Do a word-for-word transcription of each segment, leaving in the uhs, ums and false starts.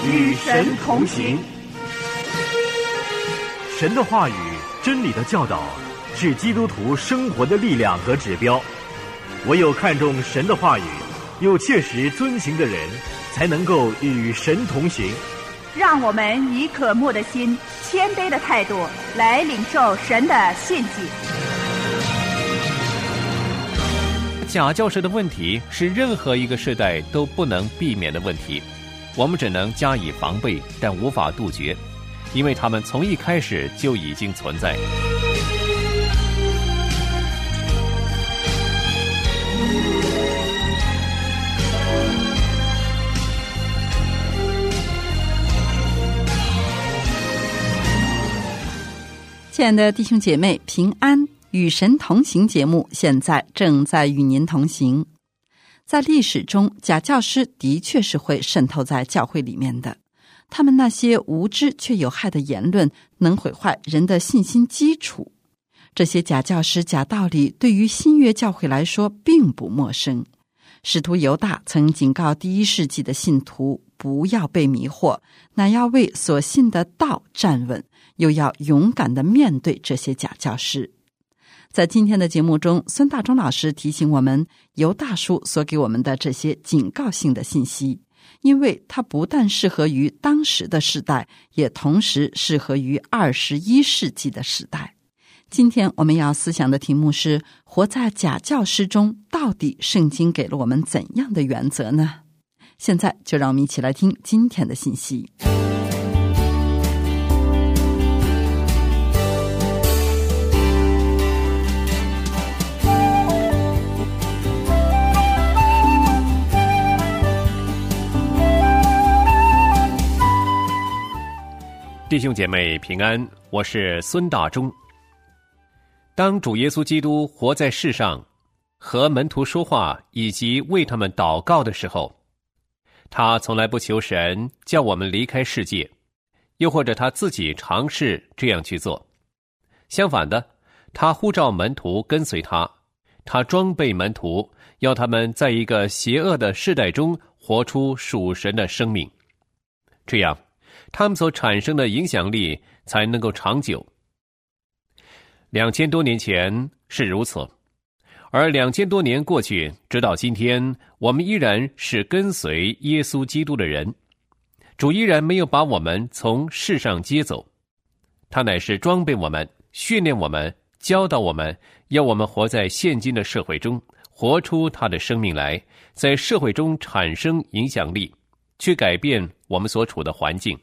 与神同行。 神的话语、真理的教导是基督徒生活的力量和指标。唯有看重神的话语，又切实遵行的人，才能够与神同行。 让我们以渴慕的心、谦卑的态度来领受神的信息。 假教师的问题是任何一个世代都不能避免的问题，我们只能加以防备，但无法杜绝，因为他们从一开始就已经存在。 亲爱的弟兄姐妹，平安，与神同行节目现在正在与您同行。在历史中，假教师的确是会渗透在教会里面的，他们那些无知却有害的言论能毁坏人的信心基础。这些假教师、假道理对于新约教会来说并不陌生。使徒犹大曾警告第一世纪的信徒不要被迷惑，乃要为所信的道站稳，又要勇敢地面对这些假教师。在今天的节目中，孙大中老师提醒我们犹大书所给我们的这些警告性的信息，因为它不但适合于当时的时代，也同时适合于二十一世纪的时代。今天我们要思想的题目是：活在假教师中，到底圣经给了我们怎样的原则呢？现在就让我们一起来听今天的信息。 弟兄姐妹平安，我是孙大中。当主耶稣基督活在世上，和门徒说话以及为他们祷告的时候，他从来不求神叫我们离开世界，又或者他自己尝试这样去做。相反的，他呼召门徒跟随他，他装备门徒，要他们在一个邪恶的世代中活出属神的生命，这样他们所产生的影响力才能够长久。两千多年前是如此，而两千多年过去，直到今天，我们依然是跟随耶稣基督的人。主依然没有把我们从世上接走，他乃是装备我们，训练我们，教导我们，要我们活在现今的社会中，活出他的生命来，在社会中产生影响力，去改变我们所处的环境。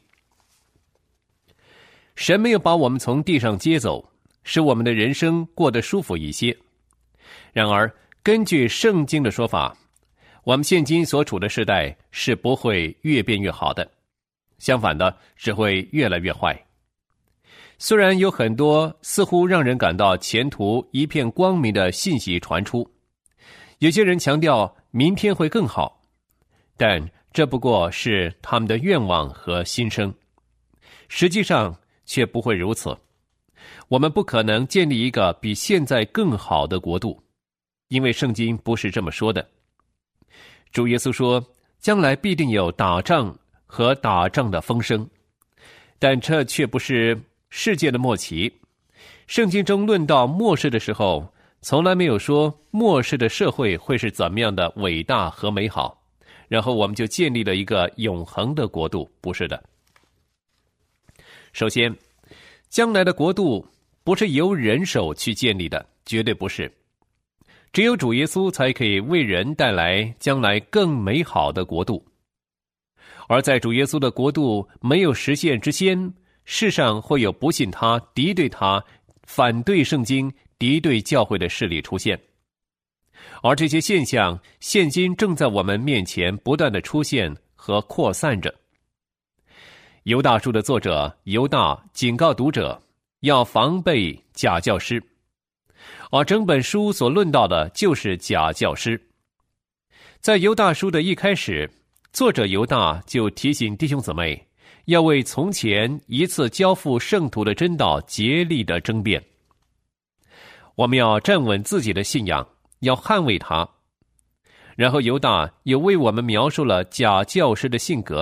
神没有把我们从地上接走，使我们的人生过得舒服一些。然而，根据圣经的说法，我们现今所处的时代是不会越变越好的，相反的，只会越来越坏。虽然有很多似乎让人感到前途一片光明的信息传出，有些人强调明天会更好，但这不过是他们的愿望和心声，实际上却不会如此。我们不可能建立一个比现在更好的国度，因为圣经不是这么说的。主耶稣说，将来必定有打仗和打仗的风声，但这却不是世界的末期。圣经中论到末世的时候，从来没有说末世的社会会是怎么样的伟大和美好，然后我们就建立了一个永恒的国度，不是的。首先，将来的国度不是由人手去建立的，绝对不是。只有主耶稣才可以为人带来将来更美好的国度。而在主耶稣的国度没有实现之前，世上会有不信他、敌对他、反对圣经、敌对教会的势力出现。而这些现象现今正在我们面前不断的出现和扩散着。犹大书的作者犹大警告读者要防备假教师，而整本书所论到的就是假教师。在犹大书的一开始，作者犹大就提醒弟兄姊妹要为从前一次交付圣徒的真道竭力的争辩。我们要站稳自己的信仰，要捍卫它。然后犹大又为我们描述了假教师的性格，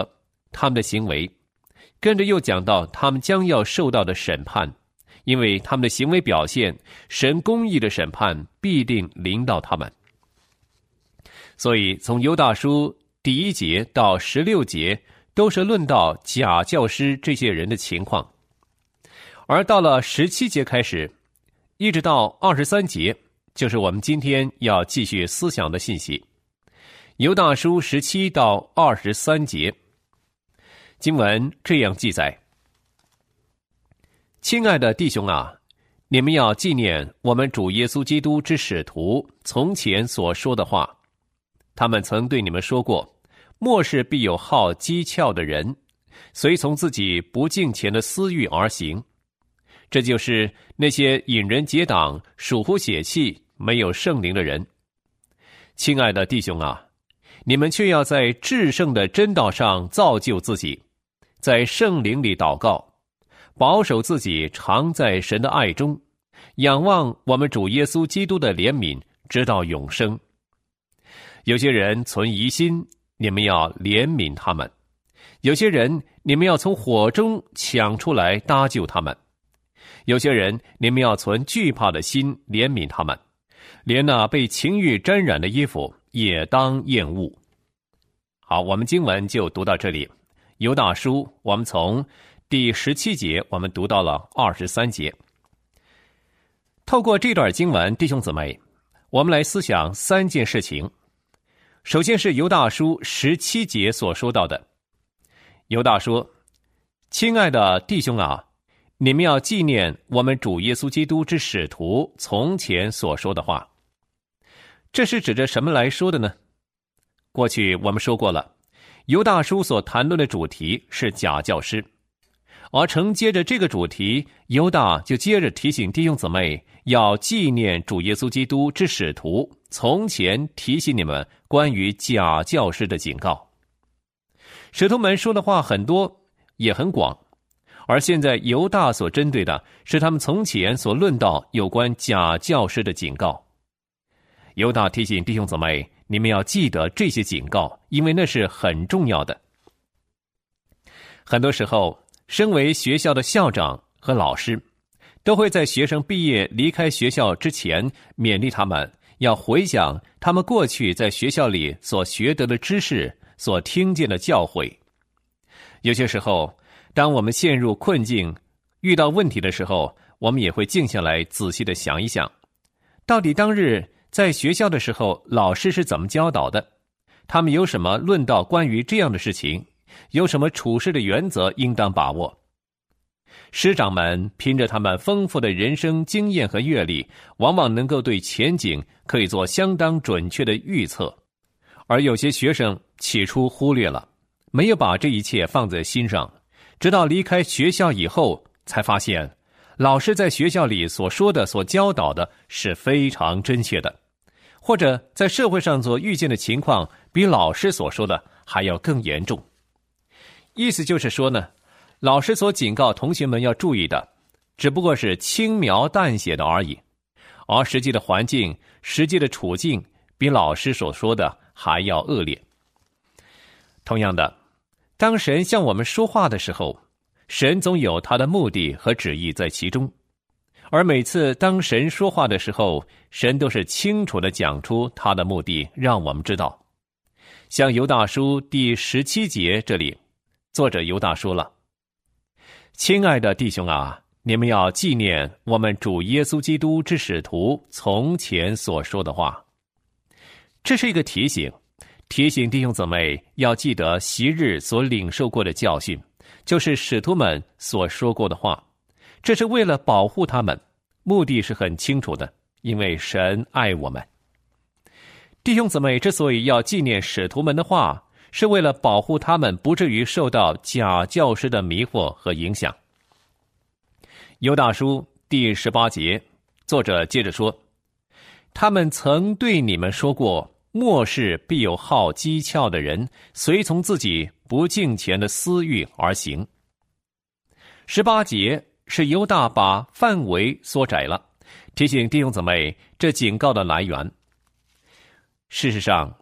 他们的行为，跟着又讲到他们将要受到的审判，因为他们的行为表现，神公义的审判必定临到他们。所以从犹大书第一节到十六节都是论到假教师这些人的情况，而到了十七节开始，一直到二十三节，就是我们今天要继续思想的信息。犹大书十七到二十三节，经文这样记载：亲爱的弟兄啊，你们要纪念我们主耶稣基督之使徒从前所说的话。他们曾对你们说过，末世必有好讥诮的人，随从自己不敬虔的私欲而行。这就是那些引人结党、属乎血气、没有圣灵的人。亲爱的弟兄啊，你们却要在至圣的真道上造就自己，在圣灵里祷告，保守自己常在神的爱中，仰望我们主耶稣基督的怜悯，直到永生。有些人存疑心，你们要怜悯他们；有些人你们要从火中抢出来搭救他们；有些人你们要存惧怕的心怜悯他们，连那被情欲沾染的衣服也当厌恶。好，我们经文就读到这里。犹大书我们从第十七节我们读到了二十三节。透过这段经文，弟兄姊妹，我们来思想三件事情。首先是犹大书十七节所说到的。犹大说：亲爱的弟兄啊，你们要纪念我们主耶稣基督之使徒从前所说的话。这是指着什么来说的呢？过去我们说过了，犹大书所谈论的主题是假教师，而承接着这个主题，犹大就接着提醒弟兄姊妹要纪念主耶稣基督之使徒从前提醒你们关于假教师的警告。使徒们说的话很多，也很广，而现在犹大所针对的是他们从前所论到有关假教师的警告。犹大提醒弟兄姊妹，你们要记得这些警告，因为那是很重要的。很多时候，身为学校的校长和老师，都会在学生毕业离开学校之前勉励他们要回想他们过去在学校里所学得的知识，所听见的教诲。有些时候，当我们陷入困境，遇到问题的时候，我们也会静下来仔细的想一想，到底当日在学校的时候老师是怎么教导的，他们有什么论到关于这样的事情，有什么处事的原则应当把握。师长们凭着他们丰富的人生经验和阅历，往往能够对前景可以做相当准确的预测，而有些学生起初忽略了，没有把这一切放在心上，直到离开学校以后，才发现老师在学校里所说的、所教导的是非常真切的，或者在社会上所遇见的情况比老师所说的还要更严重。意思就是说呢，老师所警告同学们要注意的，只不过是轻描淡写的而已，而实际的环境、实际的处境比老师所说的还要恶劣。同样的，当神向我们说话的时候，神总有他的目的和旨意在其中，而每次当神说话的时候，神都是清楚地讲出他的目的，让我们知道。像犹大书第十七节这里，作者犹大说了：亲爱的弟兄啊，你们要纪念我们主耶稣基督之使徒从前所说的话。这是一个提醒，提醒弟兄姊妹要记得昔日所领受过的教训，就是使徒们所说过的话。这是为了保护他们，目的是很清楚的，因为神爱我们。弟兄姊妹之所以要纪念使徒们的话，是为了保护他们不至于受到假教师的迷惑和影响。犹大书第十八节，作者接着说：他们曾对你们说过，末世必有好讥诮的人，随从自己不敬虔的私欲而行。十八节是犹大把范围缩窄了，提醒弟兄姊妹这警告的来源。事实上，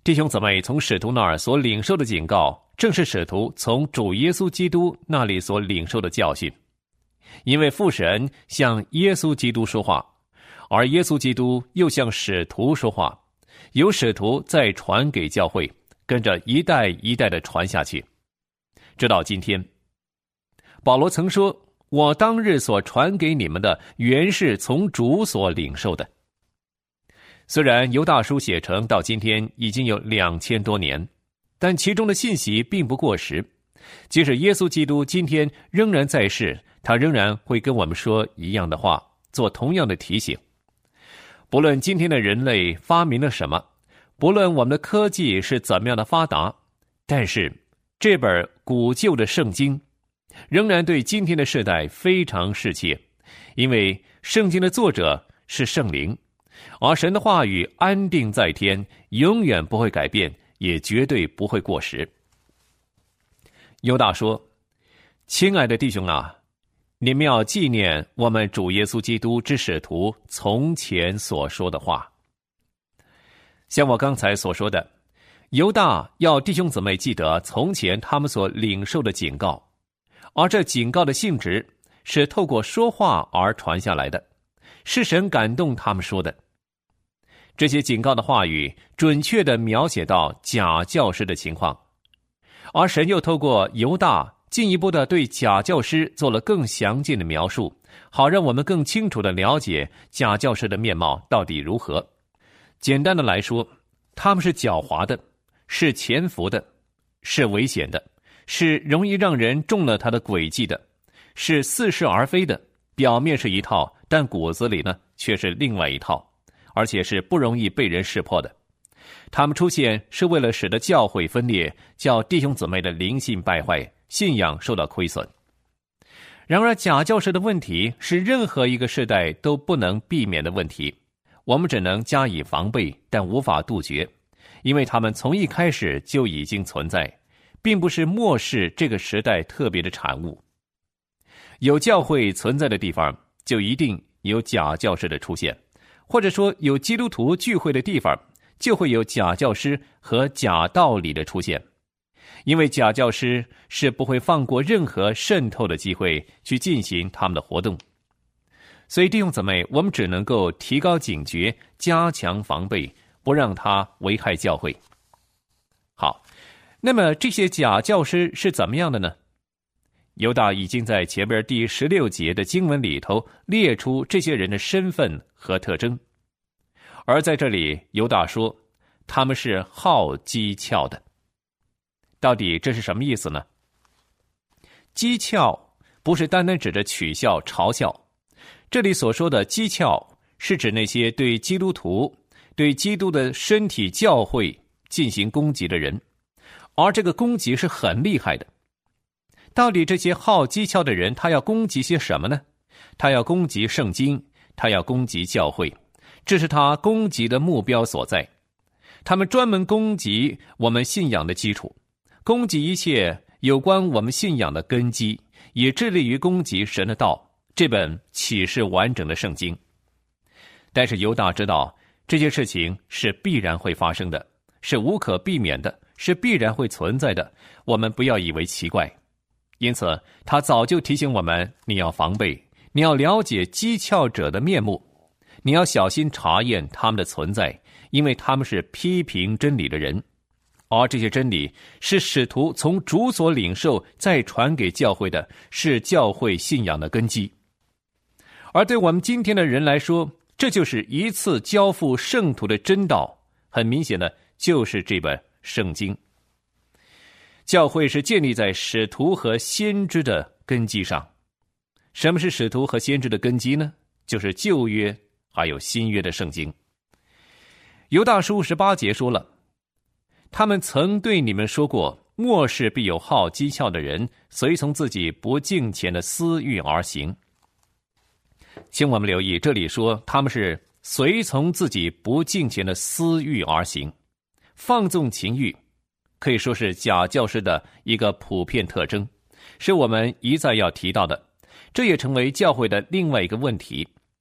弟兄姊妹从使徒那儿所领受的警告，正是使徒从主耶稣基督那里所领受的教训。因为父神向耶稣基督说话，而耶稣基督又向使徒说话，由使徒再传给教会，跟着一代一代的传下去，直到今天。保罗曾说，我当日所传给你们的，原是从主所领受的。虽然犹大书写成到今天已经有两千多年，但其中的信息并不过时。即使耶稣基督今天仍然在世，他仍然会跟我们说一样的话，做同样的提醒。不论今天的人类发明了什么，不论我们的科技是怎么样的发达，但是这本古旧的圣经仍然对今天的世代非常适切，因为圣经的作者是圣灵，而神的话语安定在天，永远不会改变，也绝对不会过时。犹大说，亲爱的弟兄啊，你们要纪念我们主耶稣基督之使徒从前所说的话。像我刚才所说的，犹大要弟兄姊妹记得从前他们所领受的警告，而这警告的性质是透过说话而传下来的，是神感动他们说的。这些警告的话语准确地描写到假教师的情况，而神又透过犹大进一步地对假教师做了更详尽的描述，好让我们更清楚地了解假教师的面貌到底如何。简单的来说，他们是狡猾的，是潜伏的，是危险的，是容易让人中了他的诡计的，是似是而非的，表面是一套，但骨子里呢却是另外一套，而且是不容易被人识破的。他们出现是为了使得教会分裂，叫弟兄姊妹的灵性败坏，信仰受到亏损。然而假教师的问题是任何一个世代都不能避免的问题，我们只能加以防备，但无法杜绝，因为他们从一开始就已经存在，并不是末世这个时代特别的产物。有教会存在的地方，就一定有假教师的出现，或者说有基督徒聚会的地方，就会有假教师和假道理的出现。因为假教师是不会放过任何渗透的机会去进行他们的活动。所以弟兄姊妹，我们只能够提高警觉，加强防备，不让它危害教会。好，那么这些假教师是怎么样的呢？犹大已经在前面第十六节的经文里头列出这些人的身份和特征，而在这里犹大说他们是好讥诮的。到底这是什么意思呢？讥诮不是单单指着取笑嘲笑，这里所说的讥诮是指那些对基督徒、对基督的身体教会进行攻击的人，而这个攻击是很厉害的。到底这些好讥诮的人，他要攻击些什么呢？他要攻击圣经，他要攻击教会，这是他攻击的目标所在。他们专门攻击我们信仰的基础，攻击一切有关我们信仰的根基，也致力于攻击神的道，这本启示完整的圣经。但是犹大知道这些事情是必然会发生的，是无可避免的，是必然会存在的，我们不要以为奇怪。因此他早就提醒我们，你要防备，你要了解讥诮者的面目，你要小心查验他们的存在，因为他们是批评真理的人，而这些真理是使徒从主所领受再传给教会的，是教会信仰的根基。而对我们今天的人来说，这就是一次交付圣徒的真道，很明显的就是这本圣经。教会是建立在使徒和先知的根基上。什么是使徒和先知的根基呢？就是旧约还有新约的圣经。犹大书十八节说了，他们曾对你们说过，末世必有好讥诮的人，随从自己不敬虔的私欲而行。请我们留意，这里说他们是随从自己不敬虔的私欲而行，放纵情欲可以说是假教师的一个普遍特征，是我们一再要提到的，这也成为教会的另外一个问题。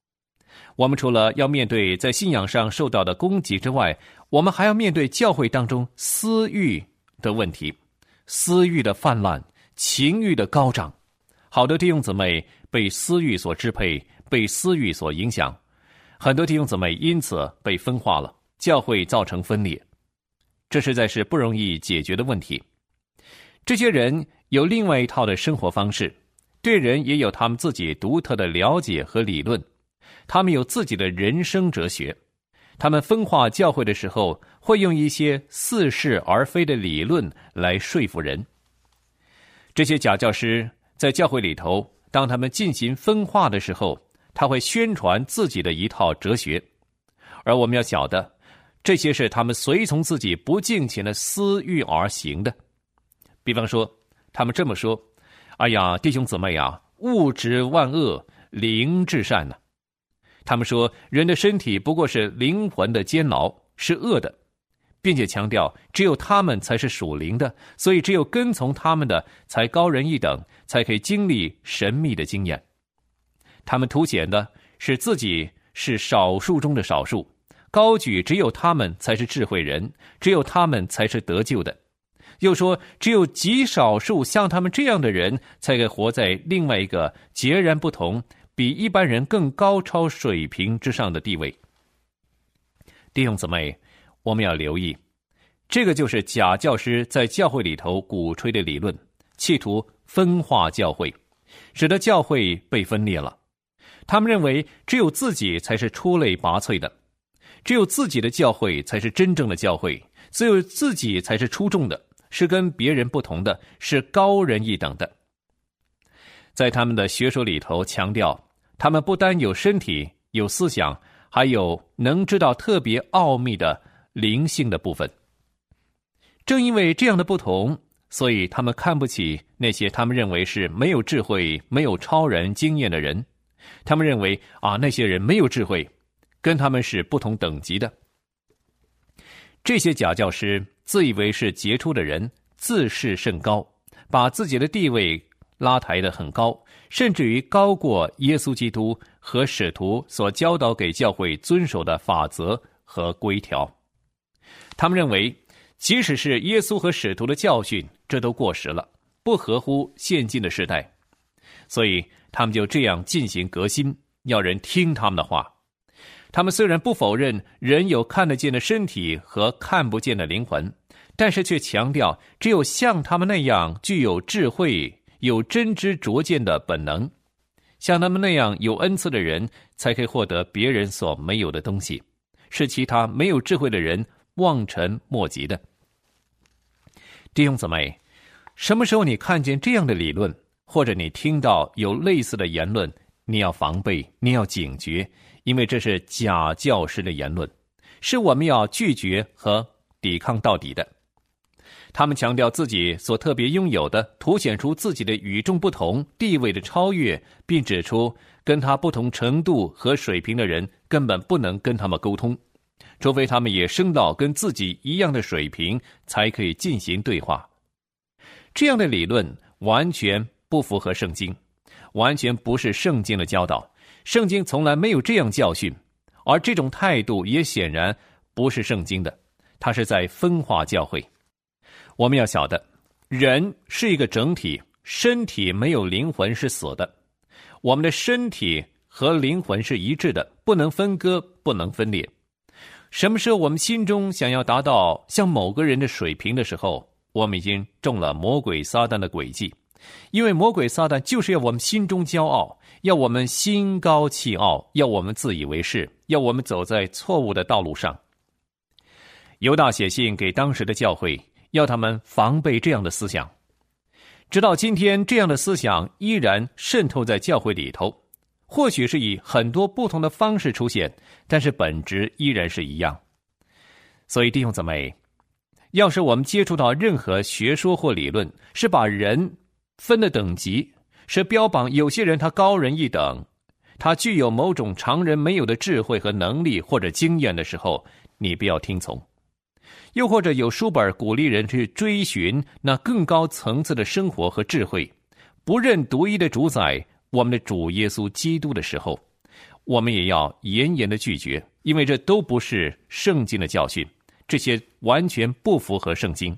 我们除了要面对在信仰上受到的攻击之外，我们还要面对教会当中私欲的问题，私欲的泛滥，情欲的高涨。好多弟兄姊妹被私欲所支配，被私欲所影响，很多弟兄姊妹因此被分化了，教会造成分裂，这实在是不容易解决的问题。这些人有另外一套的生活方式，对人也有他们自己独特的了解和理论，他们有自己的人生哲学。他们分化教会的时候，会用一些似是而非的理论来说服人。这些假教师在教会里头，当他们进行分化的时候，他会宣传自己的一套哲学，而我们要晓得，这些是他们随从自己不敬虔的私欲而行的。比方说，他们这么说：哎呀，弟兄姊妹啊，物质万恶，灵至善呢、啊。他们说，人的身体不过是灵魂的监牢，是恶的，并且强调只有他们才是属灵的，所以只有跟从他们的才高人一等，才可以经历神秘的经验。他们凸显的是自己是少数中的少数，高举只有他们才是智慧人，只有他们才是得救的。又说只有极少数像他们这样的人才可以活在另外一个截然不同，比一般人更高超水平之上的地位。弟兄姊妹，我们要留意，这个就是假教师在教会里头鼓吹的理论，企图分化教会，使得教会被分裂了。他们认为只有自己才是出类拔萃的，只有自己的教会才是真正的教会，只有自己才是出众的，是跟别人不同的，是高人一等的。在他们的学说里头强调，他们不单有身体，有思想，还有能知道特别奥秘的灵性的部分。正因为这样的不同，所以他们看不起那些他们认为是没有智慧、没有超人经验的人。他们认为啊，那些人没有智慧，跟他们是不同等级的。这些假教师自以为是杰出的人，自视甚高，把自己的地位拉抬得很高，甚至于高过耶稣基督和使徒所教导给教会遵守的法则和规条。他们认为，即使是耶稣和使徒的教训，这都过时了，不合乎现今的时代，所以他们就这样进行革新，要人听他们的话。他们虽然不否认人有看得见的身体和看不见的灵魂，但是却强调只有像他们那样具有智慧、有真知灼见的本能，像他们那样有恩赐的人才可以获得别人所没有的东西，是其他没有智慧的人望尘莫及的。弟兄姊妹，什么时候你看见这样的理论，或者你听到有类似的言论，你要防备，你要警觉，因为这是假教师的言论，是我们要拒绝和抵抗到底的。他们强调自己所特别拥有的，凸显出自己的与众不同、地位的超越，并指出跟他不同程度和水平的人根本不能跟他们沟通，除非他们也升到跟自己一样的水平，才可以进行对话。这样的理论完全不符合圣经，完全不是圣经的教导，圣经从来没有这样教训，而这种态度也显然不是圣经的，它是在分化教会。我们要晓得，人是一个整体，身体没有灵魂是死的，我们的身体和灵魂是一致的，不能分割，不能分裂。什么时候我们心中想要达到像某个人的水平的时候，我们已经中了魔鬼撒旦的诡计。因为魔鬼撒旦就是要我们心中骄傲，要我们心高气傲，要我们自以为是，要我们走在错误的道路上。犹大写信给当时的教会，要他们防备这样的思想。直到今天，这样的思想依然渗透在教会里头，或许是以很多不同的方式出现，但是本质依然是一样。所以弟兄姊妹，要是我们接触到任何学说或理论，是把人分的等级，是标榜有些人他高人一等，他具有某种常人没有的智慧和能力或者经验的时候，你不要听从。又或者有书本鼓励人去追寻那更高层次的生活和智慧，不认独一的主宰我们的主耶稣基督的时候， 我们也要严严的拒绝，因为这都不是圣经的教训，这些完全不符合圣经。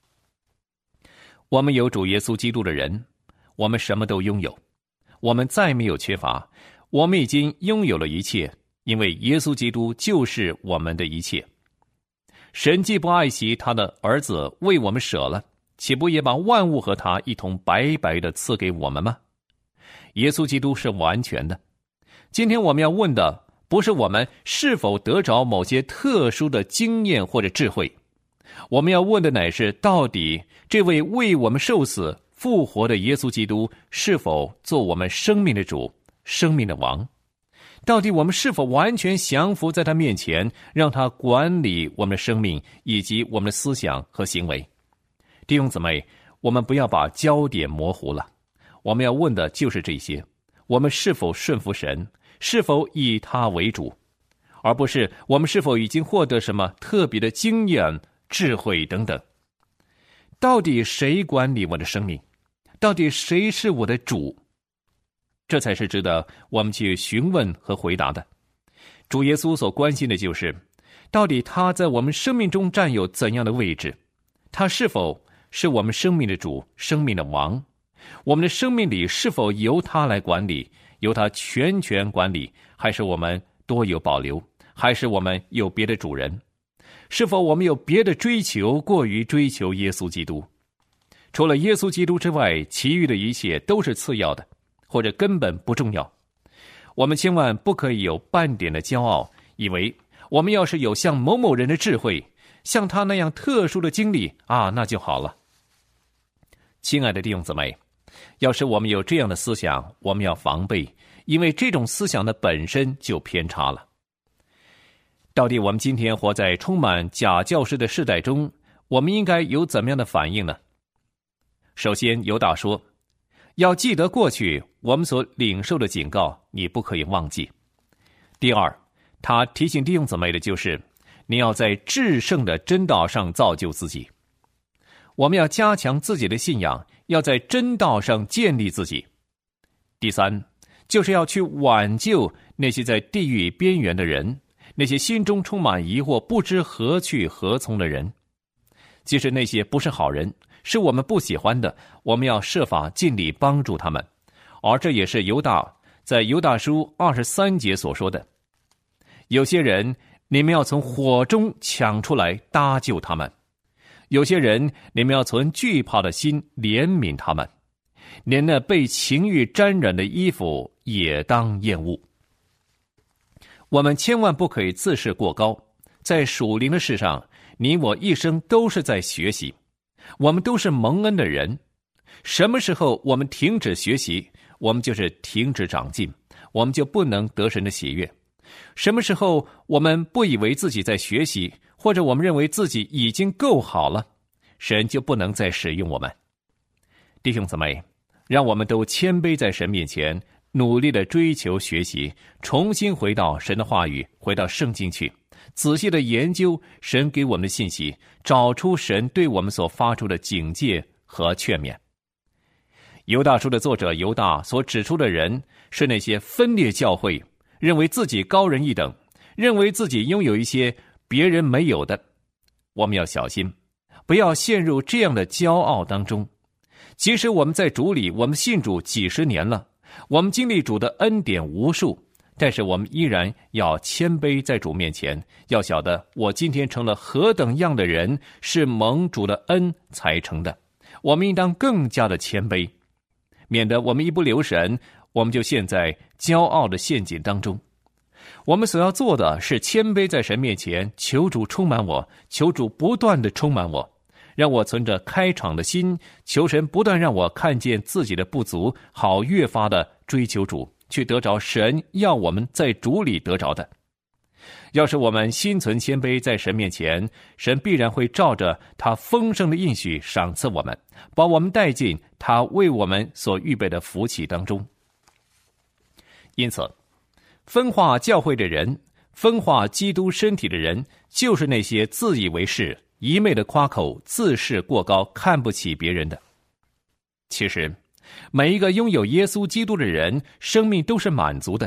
我们有主耶稣基督的人，我们什么都拥有，我们再没有缺乏，我们已经拥有了一切，因为耶稣基督就是我们的一切。神既不爱惜他的儿子为我们舍了，岂不也把万物和他一同白白的赐给我们吗？耶稣基督是完全的。今天我们要问的不是我们是否得着某些特殊的经验或者智慧，我们要问的乃是，到底这位为我们受死复活的耶稣基督是否做我们生命的主，生命的王？到底我们是否完全降服在他面前，让他管理我们的生命以及我们的思想和行为？弟兄姊妹，我们不要把焦点模糊了，我们要问的就是这些：我们是否顺服神，是否以他为主，而不是我们是否已经获得什么特别的经验、智慧等等。到底谁管理我的生命？到底谁是我的主？这才是值得我们去询问和回答的。主耶稣所关心的就是，到底他在我们生命中占有怎样的位置？他是否是我们生命的主，生命的王？我们的生命里是否由他来管理，由他全权管理，还是我们多有保留，还是我们有别的主人？是否我们有别的追求过于追求耶稣基督？除了耶稣基督之外，其余的一切都是次要的，或者根本不重要。我们千万不可以有半点的骄傲，以为我们要是有像某某人的智慧，像他那样特殊的经历啊，那就好了。亲爱的弟兄姊妹，要是我们有这样的思想，我们要防备，因为这种思想的本身就偏差了。到底我们今天活在充满假教师的世代中，我们应该有怎么样的反应呢？首先，犹大说，要记得过去我们所领受的警告，你不可以忘记。第二，他提醒弟兄姊妹的就是，你要在至圣的真道上造就自己。我们要加强自己的信仰，要在真道上建立自己。第三，就是要去挽救那些在地狱边缘的人，那些心中充满疑惑、不知何去何从的人。即使那些不是好人，是我们不喜欢的，我们要设法尽力帮助他们。而这也是犹大在犹大书二十三节所说的：有些人你们要从火中抢出来搭救他们，有些人你们要存惧怕的心怜悯他们，连那被情欲沾染的衣服也当厌恶。我们千万不可以自视过高，在属灵的事上，你我一生都是在学习，我们都是蒙恩的人。什么时候我们停止学习，我们就是停止长进，我们就不能得神的喜悦。什么时候我们不以为自己在学习，或者我们认为自己已经够好了，神就不能再使用我们。弟兄姊妹，让我们都谦卑在神面前，努力的追求学习，重新回到神的话语，回到圣经去，仔细的研究神给我们的信息，找出神对我们所发出的警戒和劝勉。犹大书的作者犹大所指出的人，是那些分裂教会，认为自己高人一等，认为自己拥有一些别人没有的。我们要小心，不要陷入这样的骄傲当中。即使我们在主里，我们信主几十年了，我们经历主的恩典无数，但是我们依然要谦卑在主面前，要晓得我今天成了何等样的人，是蒙主的恩才成的。我们应当更加的谦卑，免得我们一不留神，我们就陷在骄傲的陷阱当中。我们所要做的是谦卑在神面前，求主充满我，求主不断的充满我，让我存着开敞的心，求神不断让我看见自己的不足，好越发的追求主，去得着神要我们在主里得着的。要是我们心存谦卑在神面前，神必然会照着他丰盛的应许赏赐我们，把我们带进他为我们所预备的福气当中。因此，分化教会的人，分化基督身体的人，就是那些自以为是、一昧的夸口、自视过高、看不起别人的。其实，每一个拥有耶稣基督的人，生命都是满足的，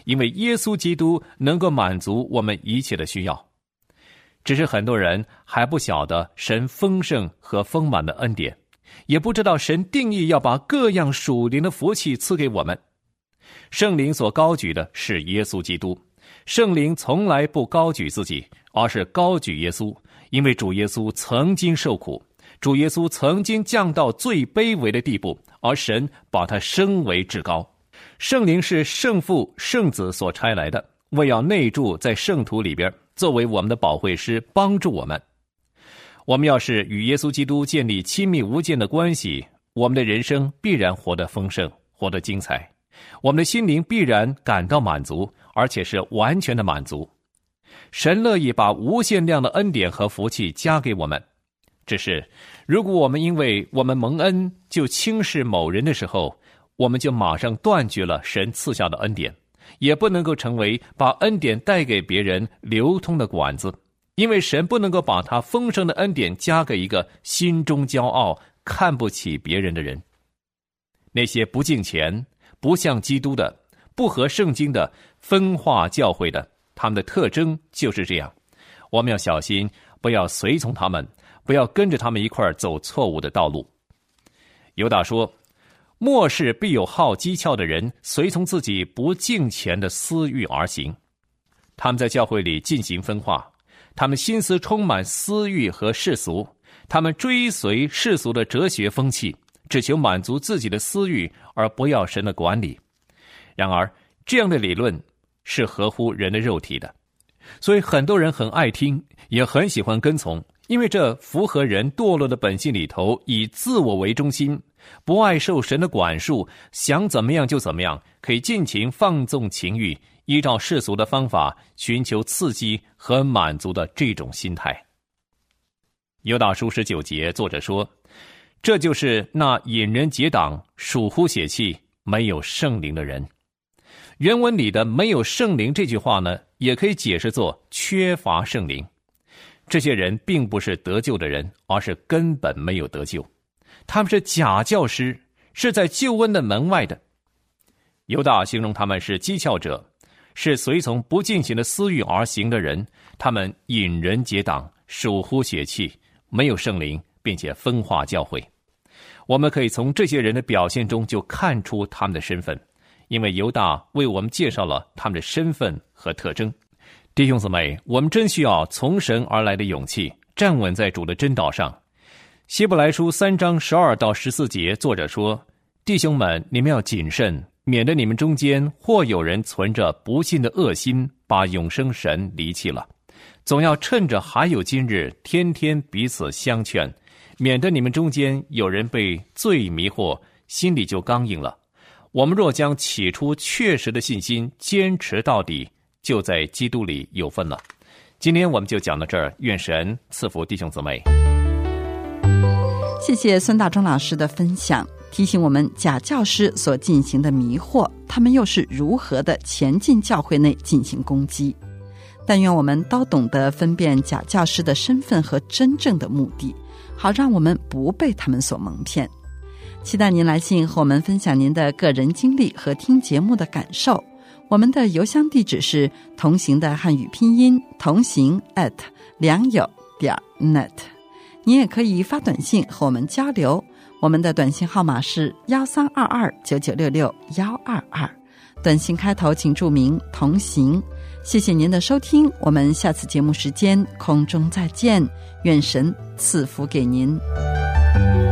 因为耶稣基督能够满足我们一切的需要。只是很多人还不晓得神丰盛和丰满的恩典，也不知道神定义要把各样属灵的福气赐给我们。圣灵所高举的是耶稣基督，圣灵从来不高举自己，而是高举耶稣，因为主耶稣曾经受苦，主耶稣曾经降到最卑微的地步，而神把他升为至高。圣灵是圣父圣子所差来的，为要内住在圣徒里边，作为我们的保惠师，帮助我们。我们要是与耶稣基督建立亲密无间的关系，我们的人生必然活得丰盛，活得精彩，我们的心灵必然感到满足，而且是完全的满足。神乐意把无限量的恩典和福气加给我们，只是如果我们因为我们蒙恩就轻视某人的时候，我们就马上断绝了神赐下的恩典，也不能够成为把恩典带给别人流通的管子，因为神不能够把他丰盛的恩典加给一个心中骄傲、看不起别人的人。那些不敬虔、不像基督的、不合圣经的、分化教会的，他们的特征就是这样。我们要小心，不要随从他们，不要跟着他们一块儿走错误的道路。犹大说，末世必有好讥诮的人随从自己不敬虔的私欲而行。他们在教会里进行分化，他们心思充满私欲和世俗，他们追随世俗的哲学风气，只求满足自己的私欲，而不要神的管理。然而这样的理论是合乎人的肉体的，所以很多人很爱听，也很喜欢跟从，因为这符合人堕落的本性里头以自我为中心，不爱受神的管束，想怎么样就怎么样，可以尽情放纵情欲，依照世俗的方法寻求刺激和满足的这种心态。犹大书十九节，作者说，这就是那引人结党、属乎血气、没有圣灵的人。原文里的没有圣灵这句话呢，也可以解释作缺乏圣灵。这些人并不是得救的人，而是根本没有得救。他们是假教师，是在救恩的门外的。犹大形容他们是讥诮者，是随从不敬虔的私欲而行的人，他们引人结党，属乎血气，没有圣灵，并且分化教会。我们可以从这些人的表现中就看出他们的身份，因为犹大为我们介绍了他们的身份和特征。弟兄姊妹，我们真需要从神而来的勇气，站稳在主的真道上。希伯来书三章十二到十四节，作者说，弟兄们，你们要谨慎，免得你们中间或有人存着不信的恶心，把永生神离弃了。总要趁着还有今日，天天彼此相劝，免得你们中间有人被罪迷惑，心里就刚硬了。我们若将起初确实的信心坚持到底，就在基督里有份了。今天我们就讲到这儿，愿神赐福弟兄姊妹。 谢谢孙大中老师的分享，提醒我们假教师所进行的迷惑，他们又是如何的前进教会内进行攻击。但愿我们都懂得分辨假教师的身份和真正的目的，好让我们不被他们所蒙骗。期待您来信和我们分享您的个人经历和听节目的感受。我们的邮箱地址是同行的汉语拼音同行 at 良友点 net。你也可以发短信和我们交流，我们的短信号码是幺三二二九九六六幺二二，短信开头请注明同行。谢谢您的收听，我们下次节目时间空中再见，愿神赐福给您。